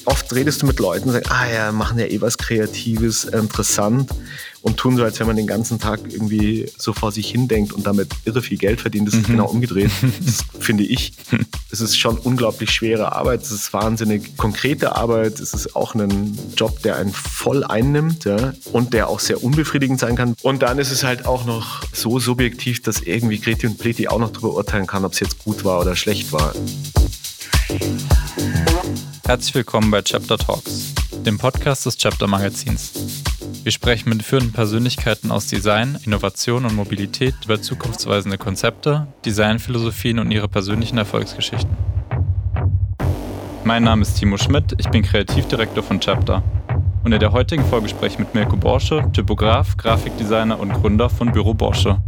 Oft redest du mit Leuten und sagst, machen ja was Kreatives, interessant und tun so, als wenn man den ganzen Tag irgendwie so vor sich hindenkt und damit irre viel Geld verdient. Das ist genau umgedreht. Das finde ich. Es ist schon unglaublich schwere Arbeit. Es ist wahnsinnig konkrete Arbeit. Es ist auch ein Job, der einen voll einnimmt, ja, und der auch sehr unbefriedigend sein kann. Und dann ist es halt auch noch so subjektiv, dass irgendwie Kreti und Pleti auch noch darüber urteilen kann, ob es jetzt gut war oder schlecht war. Herzlich willkommen bei Chapter Talks, dem Podcast des Chapter Magazins. Wir sprechen mit führenden Persönlichkeiten aus Design, Innovation und Mobilität über zukunftsweisende Konzepte, Designphilosophien und ihre persönlichen Erfolgsgeschichten. Mein Name ist Timo Schmidt, ich bin Kreativdirektor von Chapter. Und in der heutigen Folge spreche ich mit Mirko Borsche, Typograf, Grafikdesigner und Gründer von Büro Borsche.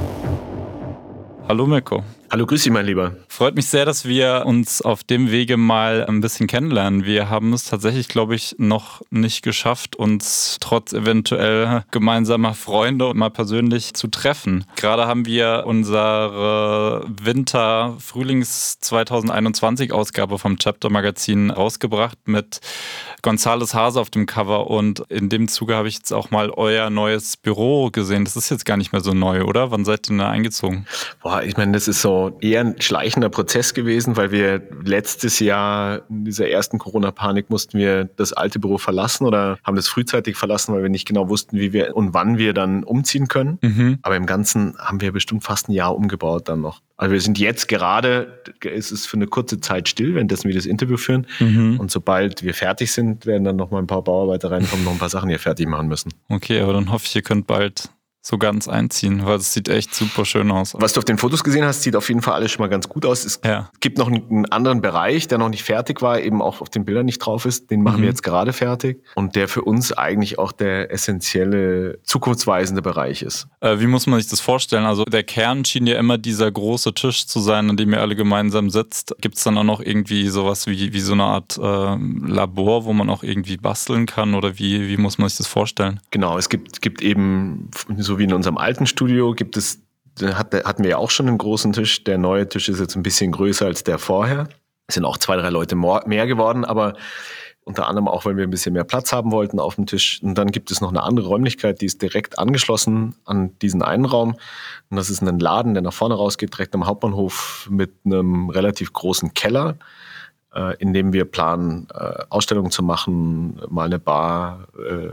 Hallo Mirko. Hallo, grüß dich, mein Lieber. Freut mich sehr, dass wir uns auf dem Wege mal ein bisschen kennenlernen. Wir haben es tatsächlich, glaube ich, noch nicht geschafft, uns trotz eventuell gemeinsamer Freunde mal persönlich zu treffen. Gerade haben wir unsere Winter-Frühlings 2021-Ausgabe vom Chapter Magazin rausgebracht mit Gonzales Hase auf dem Cover und in dem Zuge habe ich jetzt auch mal euer neues Büro gesehen. Das ist jetzt gar nicht mehr so neu, oder? Wann seid ihr denn da eingezogen? Ich meine, das ist so eher ein schleichender Prozess gewesen, weil wir letztes Jahr in dieser ersten Corona-Panik mussten wir das alte Büro verlassen oder haben das frühzeitig verlassen, weil wir nicht genau wussten, wie wir und wann wir dann umziehen können. Aber im Ganzen haben wir bestimmt fast ein Jahr umgebaut dann noch. Also wir sind jetzt gerade, es ist für eine kurze Zeit still, währenddessen wir das Interview führen. Und sobald wir fertig sind, werden dann noch mal ein paar Bauarbeiter reinkommen, noch ein paar Sachen hier fertig machen müssen. Okay, aber dann hoffe ich, ihr könnt bald so ganz einziehen, weil es sieht echt super schön aus. Was du auf den Fotos gesehen hast, sieht auf jeden Fall alles schon mal ganz gut aus. Es gibt noch einen anderen Bereich, der noch nicht fertig war, eben auch auf den Bildern nicht drauf ist. Den machen wir jetzt gerade fertig und der für uns eigentlich auch der essentielle, zukunftsweisende Bereich ist. Wie muss man sich das vorstellen? Also der Kern schien ja immer dieser große Tisch zu sein, an dem ihr alle gemeinsam sitzt. Gibt es dann auch noch irgendwie sowas wie so eine Art Labor, wo man auch irgendwie basteln kann oder wie muss man sich das vorstellen? Genau, es gibt eben so wie in unserem alten Studio hatten wir ja auch schon einen großen Tisch. Der neue Tisch ist jetzt ein bisschen größer als der vorher. Es sind auch 2, 3 Leute mehr geworden, aber unter anderem auch, weil wir ein bisschen mehr Platz haben wollten auf dem Tisch. Und dann gibt es noch eine andere Räumlichkeit, die ist direkt angeschlossen an diesen einen Raum. Und das ist ein Laden, der nach vorne rausgeht, direkt am Hauptbahnhof mit einem relativ großen Keller, in dem wir planen, Ausstellungen zu machen, mal eine Bar,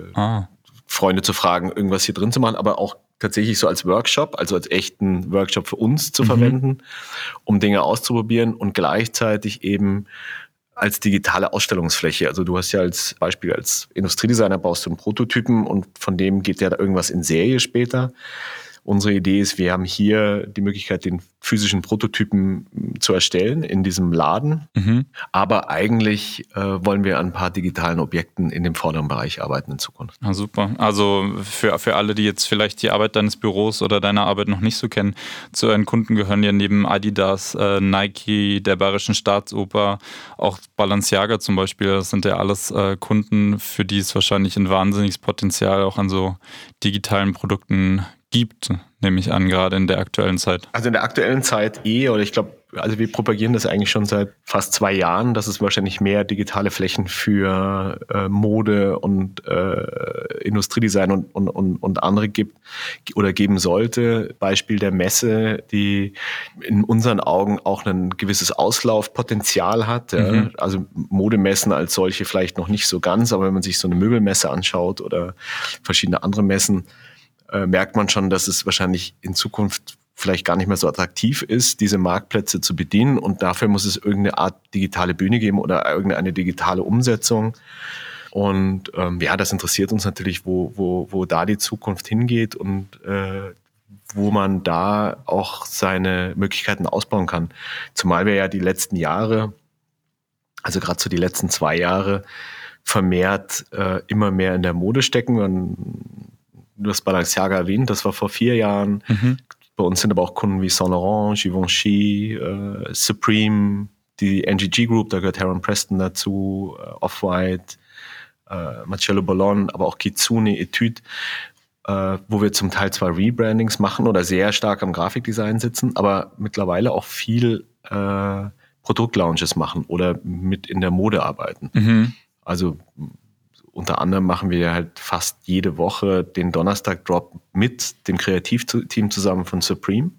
Freunde zu fragen, irgendwas hier drin zu machen, aber auch tatsächlich so als Workshop, also als echten Workshop für uns zu verwenden, um Dinge auszuprobieren und gleichzeitig eben als digitale Ausstellungsfläche. Also du hast ja als Beispiel als Industriedesigner baust du einen Prototypen und von dem geht ja irgendwas in Serie später. Unsere Idee ist, wir haben hier die Möglichkeit, den physischen Prototypen zu erstellen in diesem Laden. Aber eigentlich wollen wir an ein paar digitalen Objekten in dem vorderen Bereich arbeiten in Zukunft. Ah, super. Also für alle, die jetzt vielleicht die Arbeit deines Büros oder deine Arbeit noch nicht so kennen, zu euren Kunden gehören ja neben Adidas, Nike, der Bayerischen Staatsoper, auch Balenciaga zum Beispiel. Das sind ja alles Kunden, für die es wahrscheinlich ein wahnsinniges Potenzial auch an so digitalen Produkten gibt, nehme ich an, gerade in der aktuellen Zeit. Also in der aktuellen Zeit oder ich glaube, also wir propagieren das eigentlich schon seit fast 2 Jahren, dass es wahrscheinlich mehr digitale Flächen für Mode und Industriedesign und andere gibt oder geben sollte. Beispiel der Messe, die in unseren Augen auch ein gewisses Auslaufpotenzial hat. Ja. Also Modemessen als solche vielleicht noch nicht so ganz, aber wenn man sich so eine Möbelmesse anschaut oder verschiedene andere Messen, merkt man schon, dass es wahrscheinlich in Zukunft vielleicht gar nicht mehr so attraktiv ist, diese Marktplätze zu bedienen. Und dafür muss es irgendeine Art digitale Bühne geben oder irgendeine digitale Umsetzung. Und das interessiert uns natürlich, wo da die Zukunft hingeht und wo man da auch seine Möglichkeiten ausbauen kann. Zumal wir ja die letzten Jahre, also gerade so die letzten 2 Jahre, vermehrt immer mehr in der Mode stecken. Du hast Balenciaga erwähnt, das war vor 4 Jahren. Bei uns sind aber auch Kunden wie Saint Laurent, Givenchy, Supreme, die NGG Group, da gehört Heron Preston dazu, Off-White, Marcello Bollon, aber auch Kitsune, Etude, wo wir zum Teil zwar Rebrandings machen oder sehr stark am Grafikdesign sitzen, aber mittlerweile auch viel Produktlaunches machen oder mit in der Mode arbeiten. Also unter anderem machen wir halt fast jede Woche den Donnerstag-Drop mit dem Kreativteam zusammen von Supreme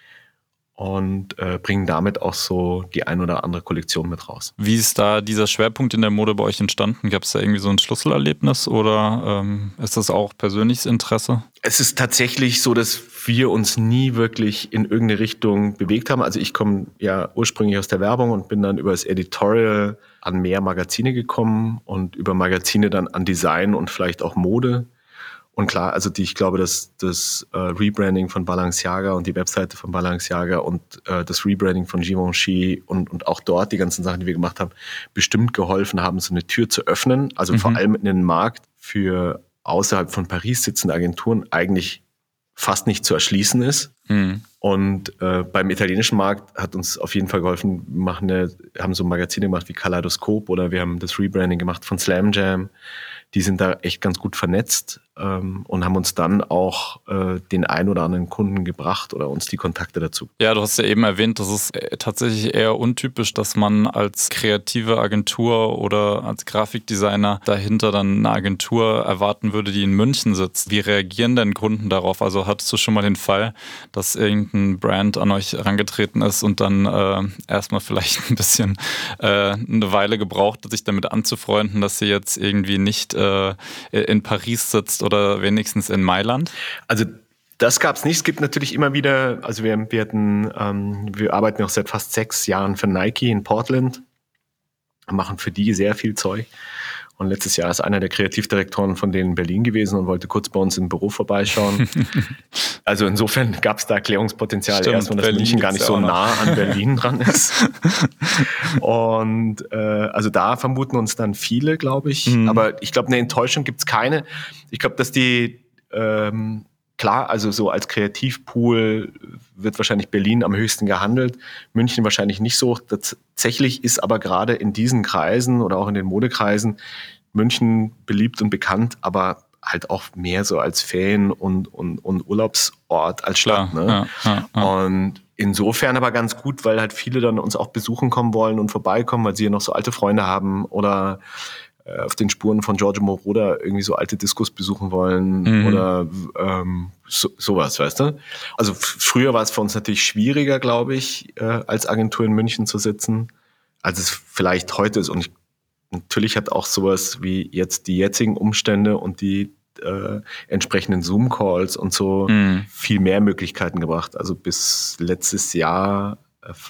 und bringen damit auch so die ein oder andere Kollektion mit raus. Wie ist da dieser Schwerpunkt in der Mode bei euch entstanden? Gab es da irgendwie so ein Schlüsselerlebnis oder ist das auch persönliches Interesse? Es ist tatsächlich so, dass wir uns nie wirklich in irgendeine Richtung bewegt haben. Also ich komme ja ursprünglich aus der Werbung und bin dann über das Editorial an mehr Magazine gekommen und über Magazine dann an Design und vielleicht auch Mode. Und klar, also ich glaube, dass das Rebranding von Balenciaga und die Webseite von Balenciaga und das Rebranding von Givenchy und auch dort die ganzen Sachen, die wir gemacht haben, bestimmt geholfen haben, so eine Tür zu öffnen. Also vor allem in den Markt für außerhalb von Paris sitzende Agenturen eigentlich fast nicht zu erschließen ist. Und beim italienischen Markt hat uns auf jeden Fall geholfen, haben so Magazine gemacht wie Kaleidoskop oder wir haben das Rebranding gemacht von Slam Jam. Die sind da echt ganz gut vernetzt und haben uns dann auch den ein oder anderen Kunden gebracht oder uns die Kontakte dazu. Ja, du hast ja eben erwähnt, das ist tatsächlich eher untypisch, dass man als kreative Agentur oder als Grafikdesigner dahinter dann eine Agentur erwarten würde, die in München sitzt. Wie reagieren denn Kunden darauf? Also hattest du schon mal den Fall, dass irgendein Brand an euch herangetreten ist und dann erstmal vielleicht ein bisschen eine Weile gebraucht hat, sich damit anzufreunden, dass sie jetzt irgendwie nicht in Paris sitzt oder wenigstens in Mailand? Also das gab es nicht. Es gibt natürlich immer wieder, also wir arbeiten auch seit fast 6 Jahren für Nike in Portland, machen für die sehr viel Zeug. Und letztes Jahr ist einer der Kreativdirektoren von denen in Berlin gewesen und wollte kurz bei uns im Büro vorbeischauen. Also insofern gab es da Erklärungspotenzial. Stimmt, erstmal, dass Berlin München gar nicht so nah an Berlin dran ist. Und also da vermuten uns dann viele, glaube ich. Aber ich glaube, eine Enttäuschung gibt es keine. Ich glaube, dass die klar, also so als Kreativpool wird wahrscheinlich Berlin am höchsten gehandelt, München wahrscheinlich nicht so. Tatsächlich ist aber gerade in diesen Kreisen oder auch in den Modekreisen München beliebt und bekannt, aber halt auch mehr so als Ferien- und Urlaubsort als Stadt. Klar, ne? ja. Und insofern aber ganz gut, weil halt viele dann uns auch besuchen kommen wollen und vorbeikommen, weil sie ja noch so alte Freunde haben oder auf den Spuren von Giorgio Moroder irgendwie so alte Diskos besuchen wollen oder sowas, weißt du? Also früher war es für uns natürlich schwieriger, glaube ich, als Agentur in München zu sitzen, als es vielleicht heute ist. Und natürlich hat auch sowas wie jetzt die jetzigen Umstände und die entsprechenden Zoom-Calls und so viel mehr Möglichkeiten gebracht. Also bis vorletztes Jahr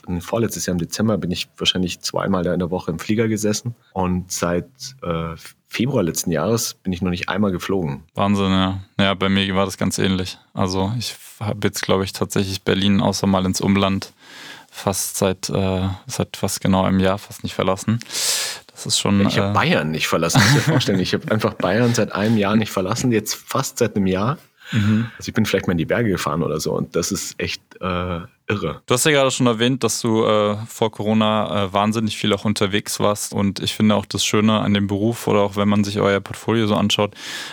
im Dezember bin ich wahrscheinlich 2-mal da in der Woche im Flieger gesessen und seit Februar letzten Jahres bin ich noch nicht einmal geflogen. Wahnsinn, ja. Ja, bei mir war das ganz ähnlich. Also ich habe jetzt, glaube ich, tatsächlich Berlin außer mal ins Umland fast seit fast genau einem Jahr fast nicht verlassen. Das ist schon. Ich habe Bayern nicht verlassen, muss ich mir vorstellen. Ich habe einfach Bayern seit einem Jahr nicht verlassen, jetzt fast seit einem Jahr. Also ich bin vielleicht mal in die Berge gefahren oder so und das ist echt irre. Du hast ja gerade schon erwähnt, dass du vor Corona wahnsinnig viel auch unterwegs warst und ich finde auch das Schöne an dem Beruf oder auch wenn man sich euer Portfolio so anschaut,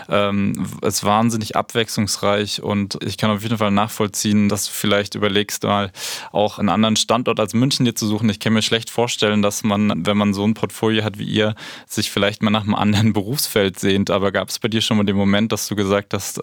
ist wahnsinnig abwechslungsreich und ich kann auf jeden Fall nachvollziehen, dass du vielleicht überlegst, mal auch einen anderen Standort als München dir zu suchen. Ich kann mir schlecht vorstellen, dass man, wenn man so ein Portfolio hat wie ihr, sich vielleicht mal nach einem anderen Berufsfeld sehnt, aber gab es bei dir schon mal den Moment, dass du gesagt hast,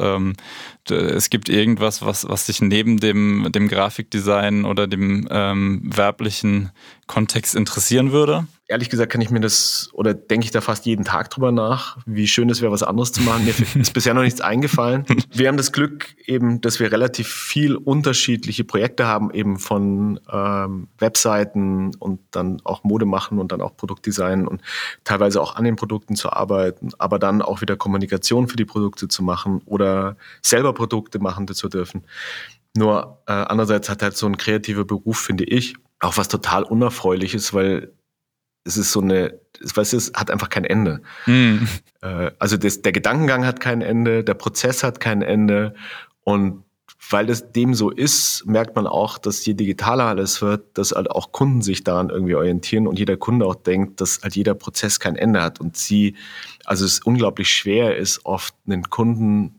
es gibt irgendwas, was dich neben dem Grafikdesign oder dem werblichen Kontext interessieren würde? Ehrlich gesagt kann ich mir das, oder denke ich da fast jeden Tag drüber nach, wie schön es wäre, was anderes zu machen. Mir ist bisher noch nichts eingefallen. Wir haben das Glück eben, dass wir relativ viel unterschiedliche Projekte haben, eben von Webseiten und dann auch Mode machen und dann auch Produktdesign und teilweise auch an den Produkten zu arbeiten, aber dann auch wieder Kommunikation für die Produkte zu machen oder selber Produkte machen zu dürfen. Nur andererseits hat halt so ein kreativer Beruf, finde ich, auch was total Unerfreuliches, weil es ist es hat einfach kein Ende. Also der Gedankengang hat kein Ende, der Prozess hat kein Ende und weil das dem so ist, merkt man auch, dass je digitaler alles wird, dass halt auch Kunden sich daran irgendwie orientieren und jeder Kunde auch denkt, dass halt jeder Prozess kein Ende hat und also es unglaublich schwer ist, oft einen Kunden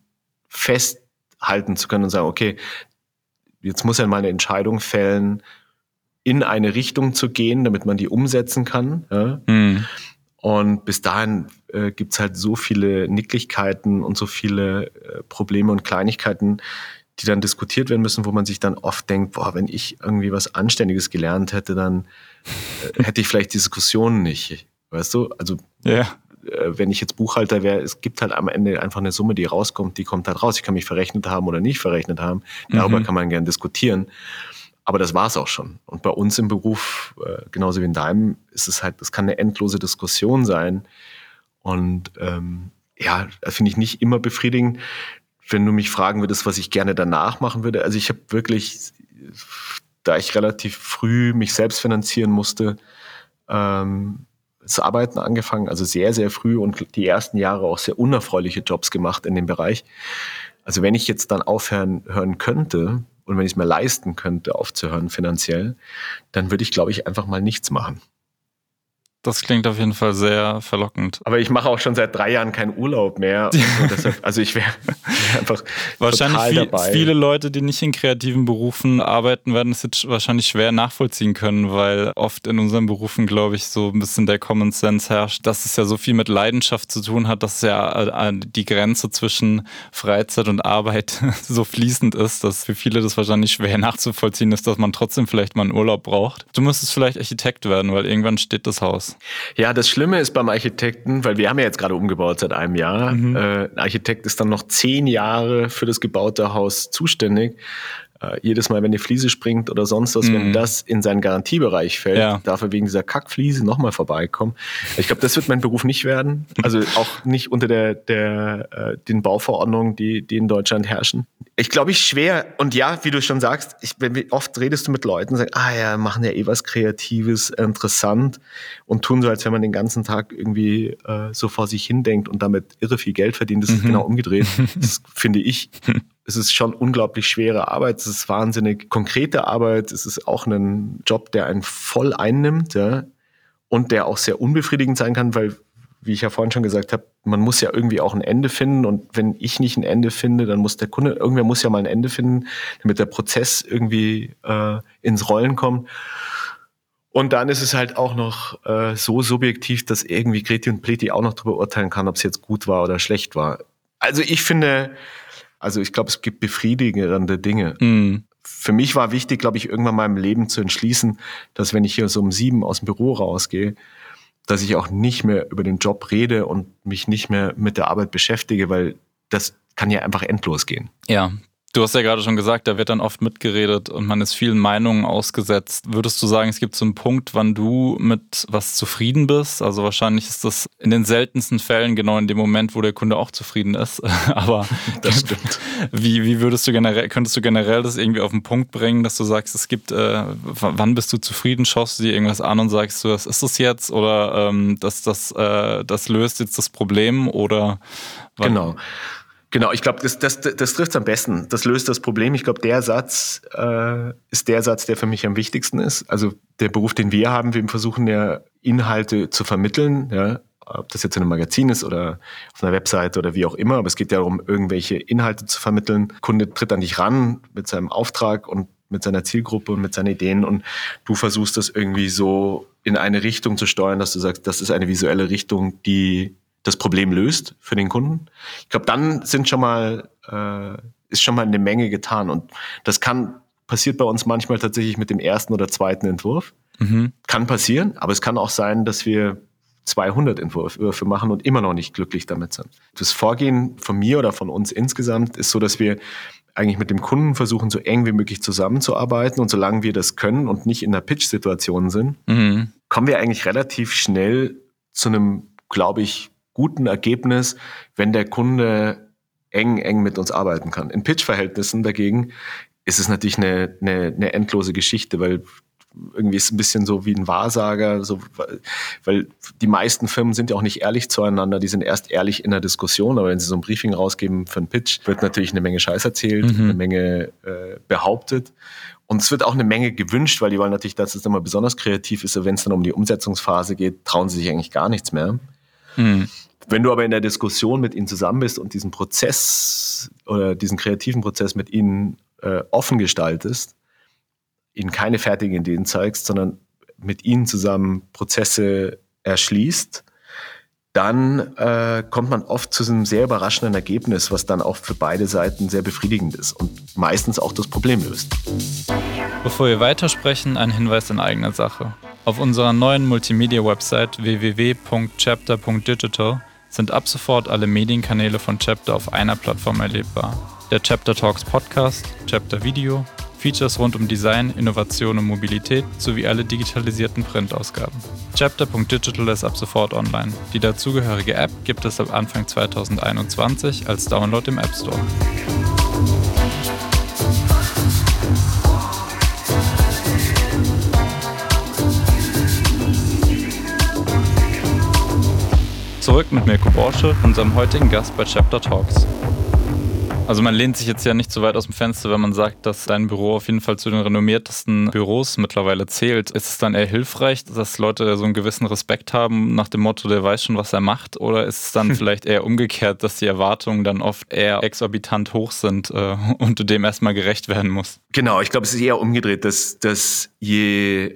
festhalten zu können und sagen, okay, jetzt muss er mal eine Entscheidung fällen, in eine Richtung zu gehen, damit man die umsetzen kann. Ja? Und bis dahin gibt's halt so viele Nicklichkeiten und so viele Probleme und Kleinigkeiten, die dann diskutiert werden müssen, wo man sich dann oft denkt, boah, wenn ich irgendwie was Anständiges gelernt hätte, dann hätte ich vielleicht die Diskussion nicht. Weißt du? Also wenn ich jetzt Buchhalter wäre, es gibt halt am Ende einfach eine Summe, die rauskommt, die kommt halt raus. Ich kann mich verrechnet haben oder nicht verrechnet haben. Darüber kann man gern diskutieren. Aber das war's auch schon. Und bei uns im Beruf, genauso wie in deinem, ist es halt, das kann eine endlose Diskussion sein. Und das finde ich nicht immer befriedigend. Wenn du mich fragen würdest, was ich gerne danach machen würde, also ich habe wirklich, da ich relativ früh mich selbst finanzieren musste, das Arbeiten angefangen, also sehr, sehr früh und die ersten Jahre auch sehr unerfreuliche Jobs gemacht in dem Bereich. Also wenn ich jetzt dann hören könnte und wenn ich es mir leisten könnte, aufzuhören finanziell, dann würde ich, glaube ich, einfach mal nichts machen. Das klingt auf jeden Fall sehr verlockend. Aber ich mache auch schon seit 3 Jahren keinen Urlaub mehr. Und so, deshalb, also ich wäre einfach wahrscheinlich viele Leute, die nicht in kreativen Berufen arbeiten, werden es jetzt wahrscheinlich schwer nachvollziehen können, weil oft in unseren Berufen, glaube ich, so ein bisschen der Common Sense herrscht, dass es ja so viel mit Leidenschaft zu tun hat, dass ja die Grenze zwischen Freizeit und Arbeit so fließend ist, dass für viele das wahrscheinlich schwer nachzuvollziehen ist, dass man trotzdem vielleicht mal einen Urlaub braucht. Du müsstest vielleicht Architekt werden, weil irgendwann steht das Haus. Ja, das Schlimme ist beim Architekten, weil wir haben ja jetzt gerade umgebaut seit einem Jahr. Ein Architekt ist dann noch 10 Jahre für das gebaute Haus zuständig. Jedes Mal, wenn eine Fliese springt oder sonst was, wenn das in seinen Garantiebereich fällt, darf er wegen dieser Kackfliese nochmal vorbeikommen. Ich glaube, das wird mein Beruf nicht werden. Also auch nicht unter den Bauverordnungen, die in Deutschland herrschen. Ich glaube, schwer. Und ja, wie du schon sagst, oft redest du mit Leuten und sagst, machen ja was Kreatives, interessant und tun so, als wenn man den ganzen Tag irgendwie so vor sich hin denkt und damit irre viel Geld verdient. Das ist genau umgedreht. Das finde ich. Es ist schon unglaublich schwere Arbeit, es ist wahnsinnig konkrete Arbeit, es ist auch ein Job, der einen voll einnimmt, ja, und der auch sehr unbefriedigend sein kann, weil, wie ich ja vorhin schon gesagt habe, man muss ja irgendwie auch ein Ende finden und wenn ich nicht ein Ende finde, dann muss der Kunde, irgendwer muss ja mal ein Ende finden, damit der Prozess irgendwie ins Rollen kommt. Und dann ist es halt auch noch so subjektiv, dass irgendwie Kreti und Pleti auch noch darüber urteilen kann, ob es jetzt gut war oder schlecht war. Also ich glaube, es gibt befriedigende Dinge. Für mich war wichtig, glaube ich, irgendwann mal im Leben zu entschließen, dass wenn ich hier so um 7 aus dem Büro rausgehe, dass ich auch nicht mehr über den Job rede und mich nicht mehr mit der Arbeit beschäftige, weil das kann ja einfach endlos gehen. Ja. Du hast ja gerade schon gesagt, da wird dann oft mitgeredet und man ist vielen Meinungen ausgesetzt. Würdest du sagen, es gibt so einen Punkt, wann du mit was zufrieden bist? Also wahrscheinlich ist das in den seltensten Fällen genau in dem Moment, wo der Kunde auch zufrieden ist. Aber das stimmt. Wie könntest du generell das irgendwie auf den Punkt bringen, dass du sagst, es gibt, wann bist du zufrieden? Schaust du dir irgendwas an und sagst du, das ist es jetzt? Oder das löst jetzt das Problem? Oder Genau, ich glaube, das trifft es am besten. Das löst das Problem. Ich glaube, der Satz ist der Satz, der für mich am wichtigsten ist. Also der Beruf, den wir haben, wir versuchen ja Inhalte zu vermitteln, ja, ob das jetzt in einem Magazin ist oder auf einer Webseite oder wie auch immer. Aber es geht ja darum, irgendwelche Inhalte zu vermitteln. Der Kunde tritt an dich ran mit seinem Auftrag und mit seiner Zielgruppe und mit seinen Ideen und du versuchst das irgendwie so in eine Richtung zu steuern, dass du sagst, das ist eine visuelle Richtung, die das Problem löst für den Kunden. Ich glaube, dann ist schon mal eine Menge getan. Und das passiert bei uns manchmal tatsächlich mit dem ersten oder zweiten Entwurf. Kann passieren, aber es kann auch sein, dass wir 200 Entwürfe machen und immer noch nicht glücklich damit sind. Das Vorgehen von mir oder von uns insgesamt ist so, dass wir eigentlich mit dem Kunden versuchen, so eng wie möglich zusammenzuarbeiten. Und solange wir das können und nicht in einer Pitch-Situation sind, kommen wir eigentlich relativ schnell zu einem, glaube ich, guten Ergebnis, wenn der Kunde eng mit uns arbeiten kann. In Pitch-Verhältnissen dagegen ist es natürlich eine endlose Geschichte, weil irgendwie ist es ein bisschen so wie ein Wahrsager, so, weil die meisten Firmen sind ja auch nicht ehrlich zueinander, die sind erst ehrlich in der Diskussion, aber wenn sie so ein Briefing rausgeben für einen Pitch, wird natürlich eine Menge Scheiß erzählt, eine Menge behauptet. Und es wird auch eine Menge gewünscht, weil die wollen natürlich, dass es immer besonders kreativ ist, aber wenn es dann um die Umsetzungsphase geht, trauen sie sich eigentlich gar nichts mehr. Wenn du aber in der Diskussion mit ihnen zusammen bist und diesen Prozess oder diesen kreativen Prozess mit ihnen offen gestaltest, ihnen keine fertigen Ideen zeigst, sondern mit ihnen zusammen Prozesse erschließt, dann kommt man oft zu einem sehr überraschenden Ergebnis, was dann auch für beide Seiten sehr befriedigend ist und meistens auch das Problem löst. Bevor wir weitersprechen, ein Hinweis in eigener Sache. Auf unserer neuen Multimedia-Website www.chapter.digital sind ab sofort alle Medienkanäle von Chapter auf einer Plattform erlebbar. Der Chapter Talks Podcast, Chapter Video, Features rund um Design, Innovation und Mobilität sowie alle digitalisierten Printausgaben. Chapter.digital ist ab sofort online. Die dazugehörige App gibt es ab Anfang 2021 als Download im App Store. Zurück mit Mirko Borsche, unserem heutigen Gast bei Chapter Talks. Also man lehnt sich jetzt ja nicht so weit aus dem Fenster, wenn man sagt, dass dein Büro auf jeden Fall zu den renommiertesten Büros mittlerweile zählt. Ist es dann eher hilfreich, dass Leute so einen gewissen Respekt haben nach dem Motto, der weiß schon, was er macht? Oder ist es dann vielleicht eher umgekehrt, dass die Erwartungen dann oft eher exorbitant hoch sind und du dem erstmal gerecht werden musst? Genau, ich glaube, es ist eher umgedreht, dass je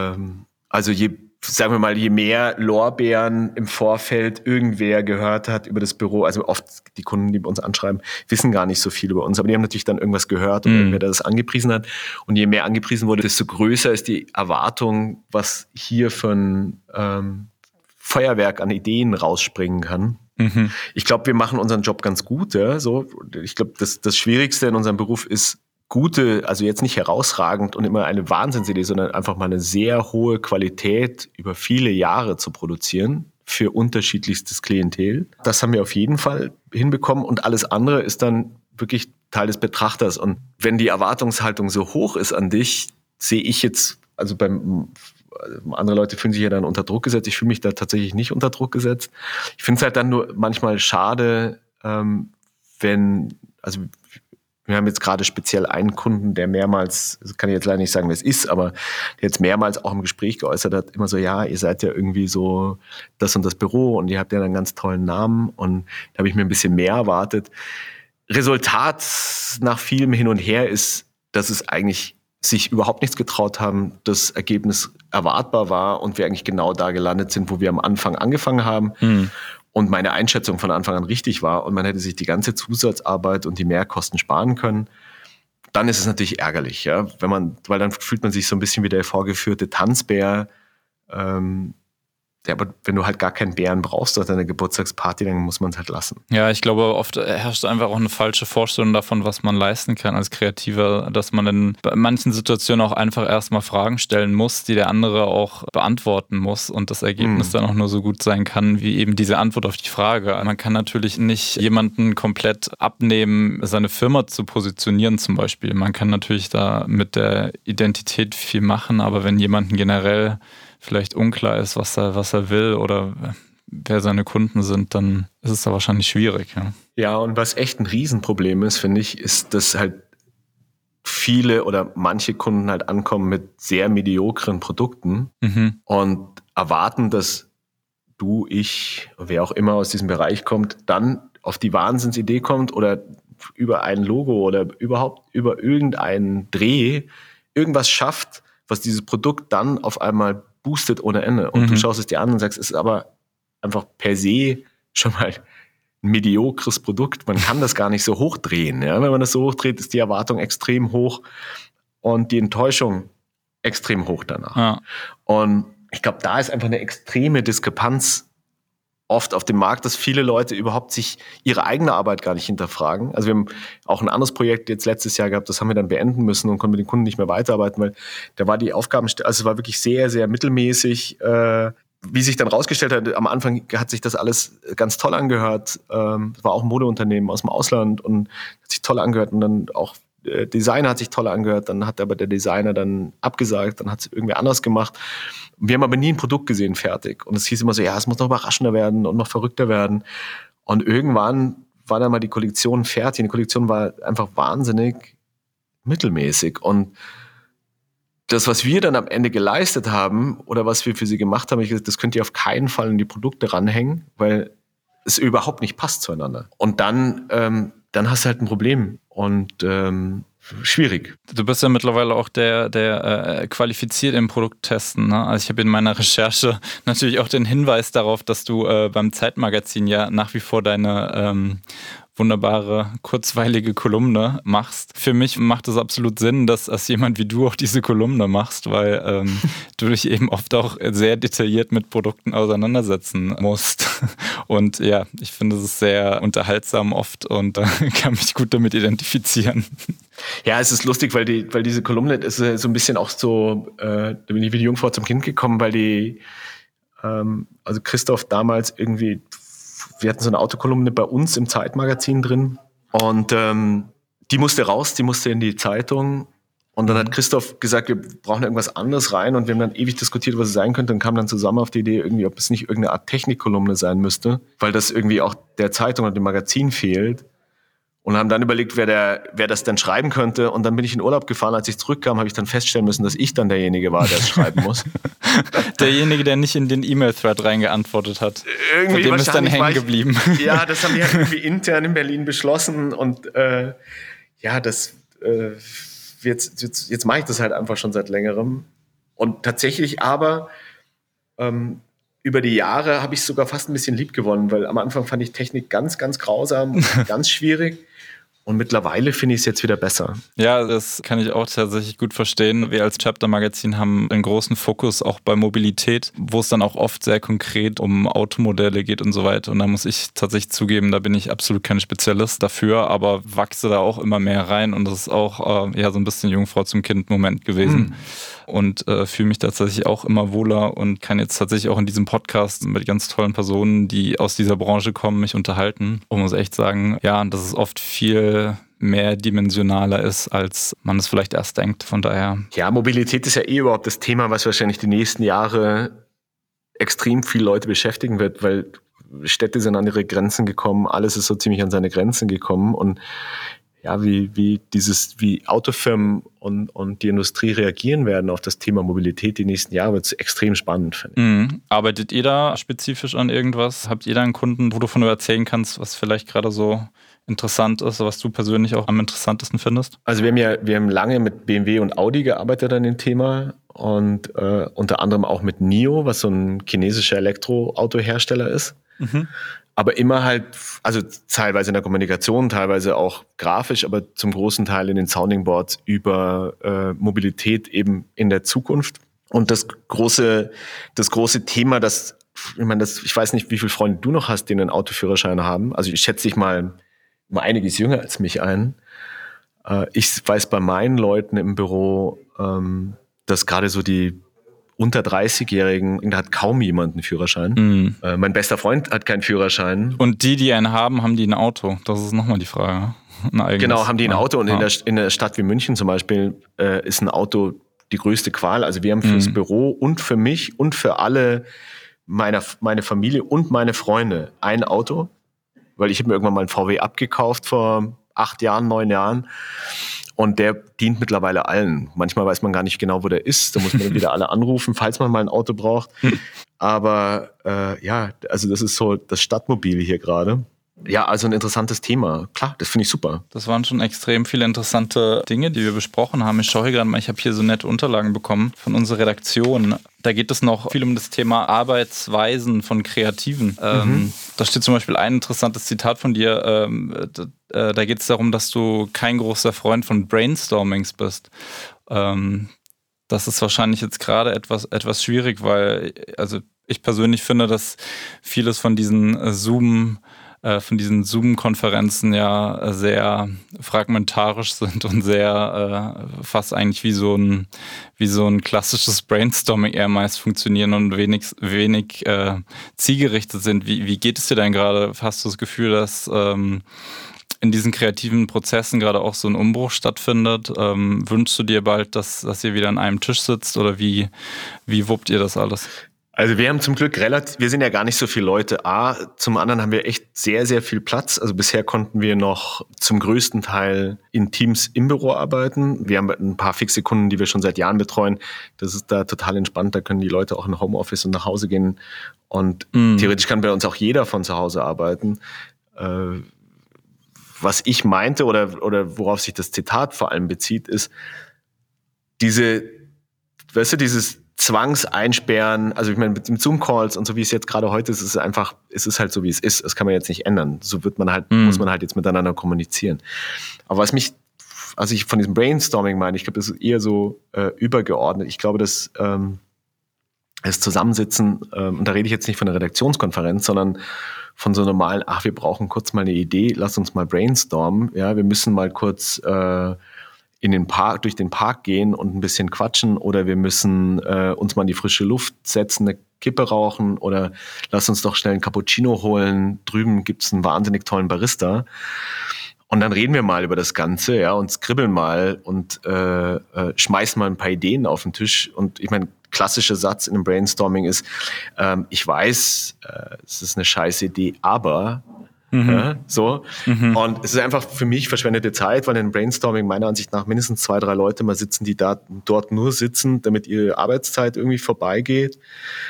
sagen wir mal, je mehr Lorbeeren im Vorfeld irgendwer gehört hat über das Büro, also oft die Kunden, die bei uns anschreiben, wissen gar nicht so viel über uns, aber die haben natürlich dann irgendwas gehört und irgendwer, der das angepriesen hat. Und je mehr angepriesen wurde, desto größer ist die Erwartung, was hier für ein Feuerwerk an Ideen rausspringen kann. Mhm. Ich glaube, wir machen unseren Job ganz gut. Ja? So, ich glaube, das Schwierigste in unserem Beruf ist, gute, also jetzt nicht herausragend und immer eine Wahnsinnsidee, sondern einfach mal eine sehr hohe Qualität über viele Jahre zu produzieren für unterschiedlichstes Klientel. Das haben wir auf jeden Fall hinbekommen und alles andere ist dann wirklich Teil des Betrachters. Und wenn die Erwartungshaltung so hoch ist an dich, sehe ich jetzt, also andere Leute fühlen sich ja dann unter Druck gesetzt. Ich fühle mich da tatsächlich nicht unter Druck gesetzt. Ich finde es halt dann nur manchmal schade, wir haben jetzt gerade speziell einen Kunden, der mehrmals, das kann ich jetzt leider nicht sagen, wer es ist, aber der jetzt mehrmals auch im Gespräch geäußert hat, immer so, ja, ihr seid ja irgendwie so das und das Büro und ihr habt ja einen ganz tollen Namen und da habe ich mir ein bisschen mehr erwartet. Resultat nach vielem Hin und Her ist, dass es eigentlich sich überhaupt nichts getraut haben, das Ergebnis erwartbar war und wir eigentlich genau da gelandet sind, wo wir am Anfang angefangen haben. Mhm. Und meine Einschätzung von Anfang an richtig war und man hätte sich die ganze Zusatzarbeit und die Mehrkosten sparen können, dann ist es natürlich ärgerlich, ja, weil dann fühlt man sich so ein bisschen wie der vorgeführte Tanzbär. Aber wenn du halt gar keinen Bären brauchst auf deiner Geburtstagsparty, dann muss man es halt lassen. Ja, ich glaube, oft herrscht einfach auch eine falsche Vorstellung davon, was man leisten kann als Kreativer, dass man in manchen Situationen auch einfach erstmal Fragen stellen muss, die der andere auch beantworten muss und das Ergebnis dann auch nur so gut sein kann, wie eben diese Antwort auf die Frage. Man kann natürlich nicht jemanden komplett abnehmen, seine Firma zu positionieren zum Beispiel. Man kann natürlich da mit der Identität viel machen, aber wenn jemanden generell vielleicht unklar ist, was er will oder wer seine Kunden sind, dann ist es da wahrscheinlich schwierig. Ja, und was echt ein Riesenproblem ist, finde ich, ist, dass halt viele oder manche Kunden halt ankommen mit sehr mediokren Produkten und erwarten, dass du, ich, wer auch immer aus diesem Bereich kommt, dann auf die Wahnsinnsidee kommt oder über ein Logo oder überhaupt über irgendeinen Dreh irgendwas schafft, was dieses Produkt dann auf einmal boostet ohne Ende. Und du schaust es dir an und sagst, es ist aber einfach per se schon mal ein mediokres Produkt. Man kann das gar nicht so hochdrehen. Ja? Wenn man das so hochdreht, ist die Erwartung extrem hoch und die Enttäuschung extrem hoch danach. Ja. Und ich glaube, da ist einfach eine extreme Diskrepanz oft auf dem Markt, dass viele Leute überhaupt sich ihre eigene Arbeit gar nicht hinterfragen. Also wir haben auch ein anderes Projekt jetzt letztes Jahr gehabt, das haben wir dann beenden müssen und konnten mit den Kunden nicht mehr weiterarbeiten, weil da war die Aufgabenstellung, also es war wirklich sehr, sehr mittelmäßig. Wie sich dann rausgestellt hat, am Anfang hat sich das alles ganz toll angehört. Es war auch ein Modeunternehmen aus dem Ausland und hat sich toll angehört und dann auch Designer hat sich toll angehört, dann hat aber der Designer dann abgesagt, dann hat es irgendwer anders gemacht. Wir haben aber nie ein Produkt gesehen fertig. Und es hieß immer so, ja, es muss noch überraschender werden und noch verrückter werden. Und irgendwann war dann mal die Kollektion fertig. Und die Kollektion war einfach wahnsinnig mittelmäßig. Und das, was wir dann am Ende geleistet haben oder was wir für sie gemacht haben, das könnt ihr auf keinen Fall in die Produkte ranhängen, weil es überhaupt nicht passt zueinander. Und dann hast du halt ein Problem. Und schwierig. Du bist ja mittlerweile auch der qualifiziert im Produkttesten. Ne? Also ich habe in meiner Recherche natürlich auch den Hinweis darauf, dass du beim Zeitmagazin ja nach wie vor deine wunderbare, kurzweilige Kolumne machst. Für mich macht es absolut Sinn, dass als jemand wie du auch diese Kolumne machst, weil du dich eben oft auch sehr detailliert mit Produkten auseinandersetzen musst. Und ja, ich finde es sehr unterhaltsam oft und kann mich gut damit identifizieren. Ja, es ist lustig, weil diese Kolumne ist so ein bisschen auch so, da bin ich wie die Jungfrau zum Kind gekommen, weil also Christoph damals irgendwie, wir hatten so eine Autokolumne bei uns im Zeitmagazin drin und die musste raus, die musste in die Zeitung und dann hat Christoph gesagt, wir brauchen irgendwas anderes rein und wir haben dann ewig diskutiert, was es sein könnte und kamen dann zusammen auf die Idee, irgendwie, ob es nicht irgendeine Art Technikkolumne sein müsste, weil das irgendwie auch der Zeitung und dem Magazin fehlt. Und haben dann überlegt, wer das denn schreiben könnte. Und dann bin ich in Urlaub gefahren. Als ich zurückkam, habe ich dann feststellen müssen, dass ich dann derjenige war, der es schreiben muss. Derjenige, der nicht in den E-Mail-Thread reingeantwortet hat. Irgendwie dem ist dann hängen geblieben. Ja, das haben die halt irgendwie intern in Berlin beschlossen. Und jetzt mache ich das halt einfach schon seit längerem. Und tatsächlich aber über die Jahre habe ich es sogar fast ein bisschen lieb gewonnen, weil am Anfang fand ich Technik ganz, ganz grausam und ganz schwierig. Und mittlerweile finde ich es jetzt wieder besser. Ja, das kann ich auch tatsächlich gut verstehen. Wir als Chapter-Magazin haben einen großen Fokus auch bei Mobilität, wo es dann auch oft sehr konkret um Automodelle geht und so weiter. Und da muss ich tatsächlich zugeben, da bin ich absolut kein Spezialist dafür, aber wachse da auch immer mehr rein. Und das ist auch so ein bisschen Jungfrau zum Kind-Moment gewesen. Und fühle mich tatsächlich auch immer wohler und kann jetzt tatsächlich auch in diesem Podcast mit ganz tollen Personen, die aus dieser Branche kommen, mich unterhalten. Und muss echt sagen, ja, dass es oft viel mehrdimensionaler ist, als man es vielleicht erst denkt. Von daher. Ja, Mobilität ist ja überhaupt das Thema, was wahrscheinlich die nächsten Jahre extrem viele Leute beschäftigen wird, weil Städte sind an ihre Grenzen gekommen, alles ist so ziemlich an seine Grenzen gekommen und ja, wie Autofirmen und die Industrie reagieren werden auf das Thema Mobilität die nächsten Jahre, wird es extrem spannend, finde ich. Arbeitet ihr da spezifisch an irgendwas? Habt ihr da einen Kunden, wo du von erzählen kannst, was vielleicht gerade so interessant ist, was du persönlich auch am interessantesten findest? Also wir haben lange mit BMW und Audi gearbeitet an dem Thema und unter anderem auch mit NIO, was so ein chinesischer Elektroautohersteller ist. Aber immer halt, also teilweise in der Kommunikation, teilweise auch grafisch, aber zum großen Teil in den Sounding Boards über Mobilität eben in der Zukunft. Und das große Thema, ich weiß nicht, wie viele Freunde du noch hast, die einen Autoführerschein haben. Also ich schätze dich mal einiges jünger als mich ein. Ich weiß bei meinen Leuten im Büro, dass gerade so die unter 30-Jährigen, da hat kaum jemand einen Führerschein. Mein bester Freund hat keinen Führerschein. Und die einen haben die ein Auto? Das ist nochmal die Frage. Genau, haben die ein Auto. Und in der Stadt wie München zum Beispiel ist ein Auto die größte Qual. Also wir haben fürs Büro und für mich und für alle meine Familie und meine Freunde ein Auto. Weil ich habe mir irgendwann mal einen VW abgekauft vor 9 Jahren. Und der dient mittlerweile allen. Manchmal weiß man gar nicht genau, wo der ist. Da muss man dann wieder alle anrufen, falls man mal ein Auto braucht. Aber also das ist so das Stadtmobil hier gerade. Ja, also ein interessantes Thema. Klar, das finde ich super. Das waren schon extrem viele interessante Dinge, die wir besprochen haben. Ich schaue gerade mal, ich habe hier so nette Unterlagen bekommen von unserer Redaktion. Da geht es noch viel um das Thema Arbeitsweisen von Kreativen. Da steht zum Beispiel ein interessantes Zitat von dir. Da geht es darum, dass du kein großer Freund von Brainstormings bist. Das ist wahrscheinlich jetzt gerade etwas schwierig, weil also ich persönlich finde, dass vieles von diesen Zoom-Konferenzen ja sehr fragmentarisch sind und sehr fast eigentlich wie so ein klassisches Brainstorming eher meist funktionieren und wenig zielgerichtet sind. Wie geht es dir denn gerade? Hast du das Gefühl, dass in diesen kreativen Prozessen gerade auch so ein Umbruch stattfindet? Wünschst du dir bald, dass ihr wieder an einem Tisch sitzt oder wie wuppt ihr das alles? Also wir haben zum Glück wir sind ja gar nicht so viele Leute. Zum anderen haben wir echt sehr, sehr viel Platz. Also bisher konnten wir noch zum größten Teil in Teams im Büro arbeiten. Wir haben ein paar fixe Kunden, die wir schon seit Jahren betreuen. Das ist da total entspannt. Da können die Leute auch in Homeoffice und nach Hause gehen. Und theoretisch kann bei uns auch jeder von zu Hause arbeiten. was ich meinte oder worauf sich das Zitat vor allem bezieht, ist dieses Zwangseinsperren, also ich meine, mit den Zoom-Calls und so wie es jetzt gerade heute ist, es ist halt so, wie es ist. Das kann man jetzt nicht ändern. So muss man halt jetzt miteinander kommunizieren. Aber also ich von diesem Brainstorming meine, ich glaube, das ist eher so übergeordnet. Ich glaube, dass das Zusammensitzen, und da rede ich jetzt nicht von einer Redaktionskonferenz, sondern von so normalen, wir brauchen kurz mal eine Idee, lass uns mal brainstormen, ja, wir müssen mal kurz durch den Park gehen und ein bisschen quatschen oder wir müssen uns mal in die frische Luft setzen, eine Kippe rauchen oder lass uns doch schnell einen Cappuccino holen, drüben gibt's einen wahnsinnig tollen Barista. Und dann reden wir mal über das Ganze, ja, und skribbeln mal und schmeißen mal ein paar Ideen auf den Tisch. Und ich meine, klassischer Satz in einem Brainstorming ist, ich weiß, es ist eine scheiß Idee, aber so. Und es ist einfach für mich verschwendete Zeit, weil in Brainstorming meiner Ansicht nach mindestens 2, 3 Leute mal sitzen, die dort nur sitzen, damit ihre Arbeitszeit irgendwie vorbeigeht.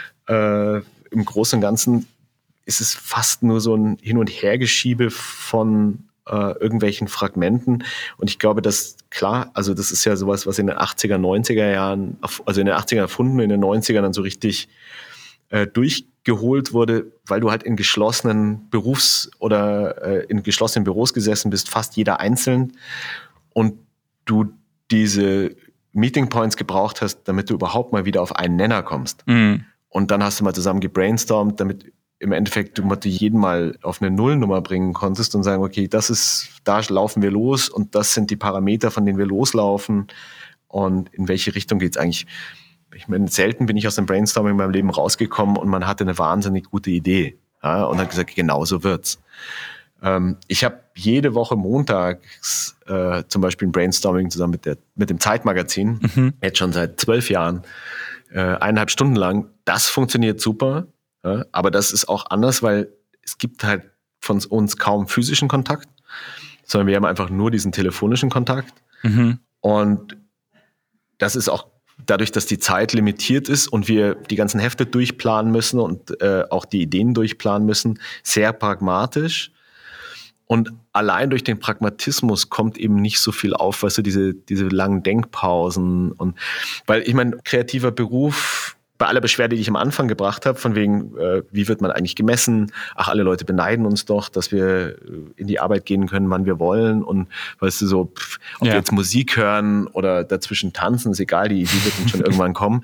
Im Großen und Ganzen ist es fast nur so ein Hin- und Hergeschiebe von irgendwelchen Fragmenten. Und ich glaube, dass klar, also das ist ja sowas, was in den 80er, 90er Jahren, also in den 80ern erfunden, in den 90ern dann so richtig durchgeholt wurde, weil du halt in geschlossenen in geschlossenen Büros gesessen bist, fast jeder einzeln, und du diese Meeting Points gebraucht hast, damit du überhaupt mal wieder auf einen Nenner kommst. Und dann hast du mal zusammen gebrainstormt, damit im Endeffekt du jeden mal auf eine Nullnummer bringen konntest und sagen, okay, da laufen wir los und das sind die Parameter, von denen wir loslaufen und in welche Richtung geht's eigentlich. Ich meine, selten bin ich aus dem Brainstorming in meinem Leben rausgekommen und man hatte eine wahnsinnig gute Idee, ja, und hat gesagt, genau so wird's. Ich habe jede Woche montags zum Beispiel ein Brainstorming zusammen mit dem Zeitmagazin, jetzt schon seit 12 Jahren, 1,5 Stunden lang. Das funktioniert super. Ja, aber das ist auch anders, weil es gibt halt von uns kaum physischen Kontakt, sondern wir haben einfach nur diesen telefonischen Kontakt. Und das ist auch dadurch, dass die Zeit limitiert ist und wir die ganzen Hefte durchplanen müssen und auch die Ideen durchplanen müssen, sehr pragmatisch. Und allein durch den Pragmatismus kommt eben nicht so viel auf, weißt du, diese langen Denkpausen. Und weil ich meine, kreativer Beruf, bei aller Beschwerde, die ich am Anfang gebracht habe, von wegen, wie wird man eigentlich gemessen? Ach, alle Leute beneiden uns doch, dass wir in die Arbeit gehen können, wann wir wollen. Und weißt du, so, ob wir jetzt Musik hören oder dazwischen tanzen, ist egal, die Idee wird dann schon irgendwann kommen.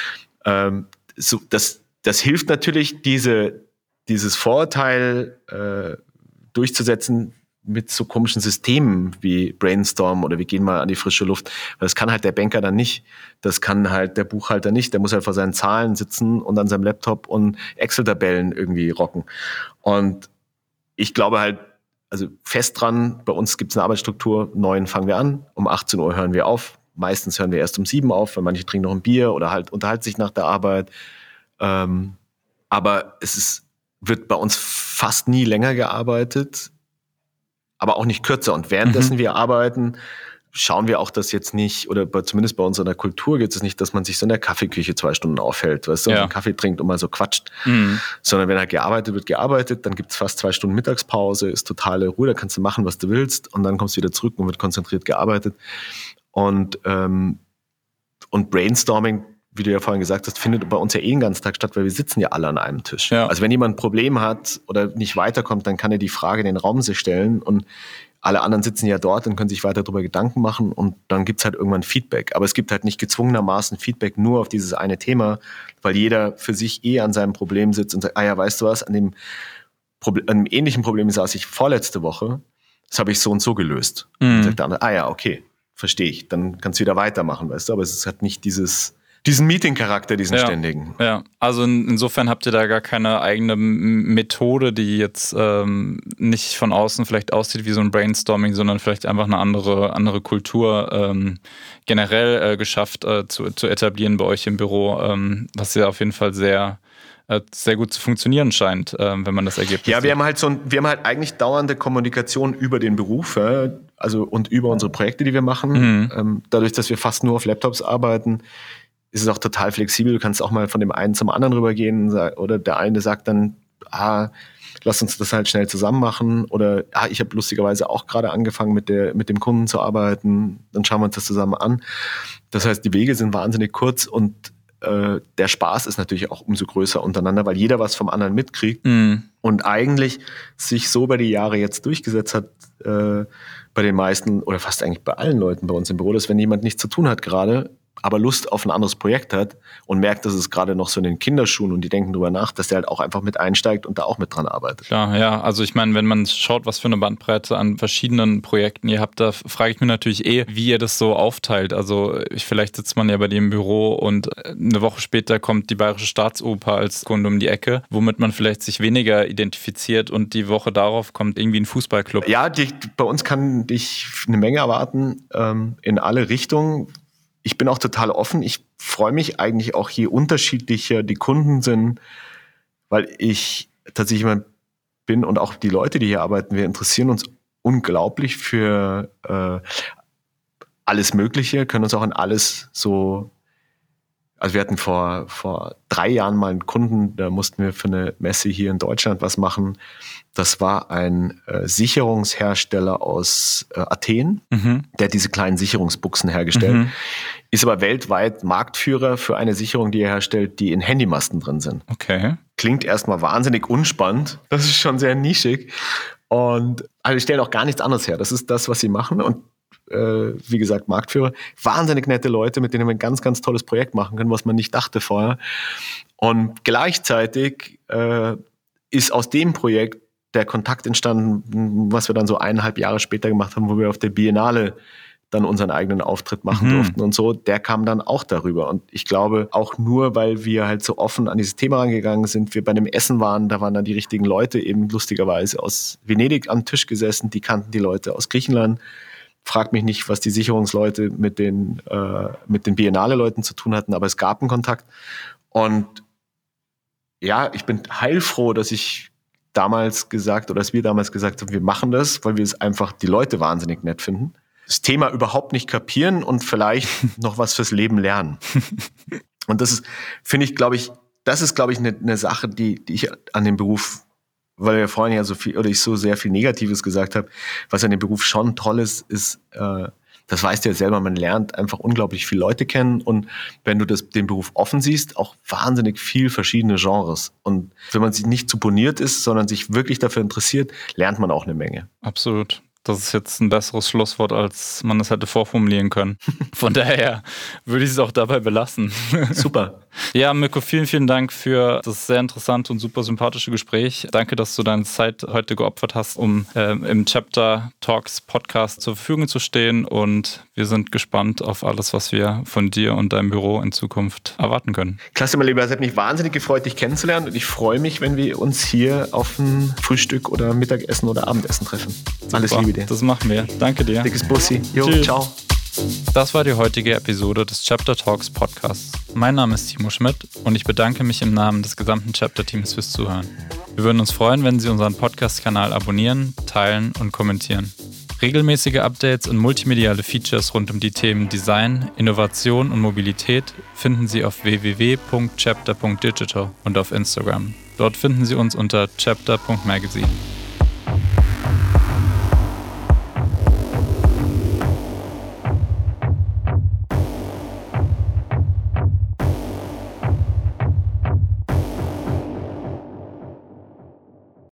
Das hilft natürlich, dieses Vorurteil durchzusetzen mit so komischen Systemen wie Brainstorm oder wir gehen mal an die frische Luft. Das kann halt der Banker dann nicht. Das kann halt der Buchhalter nicht. Der muss halt vor seinen Zahlen sitzen und an seinem Laptop und Excel-Tabellen irgendwie rocken. Und ich glaube halt, also fest dran, bei uns gibt es eine Arbeitsstruktur, 9 fangen wir an, um 18 Uhr hören wir auf. Meistens hören wir erst um 7 auf, weil manche trinken noch ein Bier oder halt unterhalten sich nach der Arbeit. Aber wird bei uns fast nie länger gearbeitet, aber auch nicht kürzer. Und währenddessen wir arbeiten, schauen wir auch das jetzt nicht, oder zumindest bei uns in der Kultur geht es nicht, dass man sich so in der Kaffeeküche 2 Stunden aufhält, weißt du, und einen Kaffee trinkt und mal so quatscht. Sondern wenn halt gearbeitet wird, dann gibt es fast 2 Stunden Mittagspause, ist totale Ruhe, da kannst du machen, was du willst, und dann kommst du wieder zurück und wird konzentriert gearbeitet. Und Brainstorming, wie du ja vorhin gesagt hast, findet bei uns ja den ganzen Tag statt, weil wir sitzen ja alle an einem Tisch. Ja. Also wenn jemand ein Problem hat oder nicht weiterkommt, dann kann er die Frage in den Raum sich stellen und alle anderen sitzen ja dort und können sich weiter darüber Gedanken machen und dann gibt's halt irgendwann Feedback. Aber es gibt halt nicht gezwungenermaßen Feedback nur auf dieses eine Thema, weil jeder für sich an seinem Problem sitzt und sagt, ja, weißt du was, an einem ähnlichen Problem saß ich vorletzte Woche, das habe ich so und so gelöst. Und sagt der andere, ja, okay, verstehe ich, dann kannst du wieder weitermachen, weißt du, aber es ist halt nicht diesen Meeting-Charakter, diesen ständigen. Ja, also insofern habt ihr da gar keine eigene Methode, die jetzt nicht von außen vielleicht aussieht wie so ein Brainstorming, sondern vielleicht einfach eine andere Kultur generell geschafft zu etablieren bei euch im Büro, was ja auf jeden Fall sehr gut zu funktionieren scheint, wenn man das Ergebnis sieht. Wir haben halt eigentlich dauernde Kommunikation über den Beruf, also und über unsere Projekte, die wir machen. Dadurch, dass wir fast nur auf Laptops arbeiten, ist es auch total flexibel. Du kannst auch mal von dem einen zum anderen rübergehen oder der eine sagt dann, lass uns das halt schnell zusammen machen. Oder ich habe lustigerweise auch gerade angefangen, mit dem Kunden zu arbeiten. Dann schauen wir uns das zusammen an. Das heißt, die Wege sind wahnsinnig kurz und der Spaß ist natürlich auch umso größer untereinander, weil jeder was vom anderen mitkriegt und eigentlich sich so über die Jahre jetzt durchgesetzt hat, bei den meisten oder fast eigentlich bei allen Leuten bei uns im Büro, dass wenn jemand nichts zu tun hat gerade, aber Lust auf ein anderes Projekt hat und merkt, dass es gerade noch so in den Kinderschuhen und die denken drüber nach, dass der halt auch einfach mit einsteigt und da auch mit dran arbeitet. Klar, ja. Also ich meine, wenn man schaut, was für eine Bandbreite an verschiedenen Projekten ihr habt, da frage ich mich natürlich wie ihr das so aufteilt. Also vielleicht sitzt man ja bei dir im Büro und eine Woche später kommt die Bayerische Staatsoper als Kunde um die Ecke, womit man vielleicht sich weniger identifiziert und die Woche darauf kommt irgendwie ein Fußballclub. Ja, bei uns kann dich eine Menge erwarten, in alle Richtungen. Ich bin auch total offen. Ich freue mich eigentlich auch, je unterschiedlicher die Kunden sind, weil ich tatsächlich jemand bin und auch die Leute, die hier arbeiten, wir interessieren uns unglaublich für alles Mögliche, können uns auch in alles so. Also wir hatten vor 3 Jahren mal einen Kunden, da mussten wir für eine Messe hier in Deutschland was machen. Das war ein Sicherungshersteller aus Athen, der hat diese kleinen Sicherungsbuchsen hergestellt, ist aber weltweit Marktführer für eine Sicherung, die er herstellt, die in Handymasten drin sind. Okay. Klingt erstmal wahnsinnig unspannend, das ist schon sehr nischig und also die stellen auch gar nichts anderes her. Das ist das, was sie machen und wie gesagt, Marktführer, wahnsinnig nette Leute, mit denen wir ein ganz, ganz tolles Projekt machen können, was man nicht dachte vorher. Und gleichzeitig ist aus dem Projekt der Kontakt entstanden, was wir dann so 1,5 Jahre später gemacht haben, wo wir auf der Biennale dann unseren eigenen Auftritt machen durften und so, der kam dann auch darüber. Und ich glaube, auch nur, weil wir halt so offen an dieses Thema rangegangen sind, wir bei einem Essen waren, da waren dann die richtigen Leute eben lustigerweise aus Venedig am Tisch gesessen, die kannten die Leute aus Griechenland. Frag mich nicht, was die Sicherungsleute mit den Biennale-Leuten zu tun hatten, aber es gab einen Kontakt. Und ja, ich bin heilfroh, dass wir damals gesagt haben, wir machen das, weil wir es einfach die Leute wahnsinnig nett finden. Das Thema überhaupt nicht kapieren und vielleicht noch was fürs Leben lernen. Und das ist, finde ich, glaube ich, eine Sache, die ich an dem Beruf, weil wir vorhin ja ich so sehr viel Negatives gesagt habe, was an dem Beruf schon toll ist, das weißt du ja selber, man lernt einfach unglaublich viele Leute kennen und wenn du den Beruf offen siehst, auch wahnsinnig viel verschiedene Genres. Und wenn man sich nicht zu boniert ist, sondern sich wirklich dafür interessiert, lernt man auch eine Menge. Absolut. Das ist jetzt ein besseres Schlusswort, als man es hätte vorformulieren können. Von daher würde ich es auch dabei belassen. Super. Ja, Mirko, vielen, vielen Dank für das sehr interessante und super sympathische Gespräch. Danke, dass du deine Zeit heute geopfert hast, um im Chapter Talks Podcast zur Verfügung zu stehen. Und wir sind gespannt auf alles, was wir von dir und deinem Büro in Zukunft erwarten können. Klasse, mein Lieber. Es hat mich wahnsinnig gefreut, dich kennenzulernen. Und ich freue mich, wenn wir uns hier auf ein Frühstück oder Mittagessen oder Abendessen treffen. Super. Alles Liebe dir. Das machen wir. Danke dir. Dickes Bussi. Jo, Tschüss. Ciao. Das war die heutige Episode des Chapter Talks Podcasts. Mein Name ist Timo Schmidt und ich bedanke mich im Namen des gesamten Chapter-Teams fürs Zuhören. Wir würden uns freuen, wenn Sie unseren Podcast-Kanal abonnieren, teilen und kommentieren. Regelmäßige Updates und multimediale Features rund um die Themen Design, Innovation und Mobilität finden Sie auf www.chapter.digital und auf Instagram. Dort finden Sie uns unter chapter.magazine.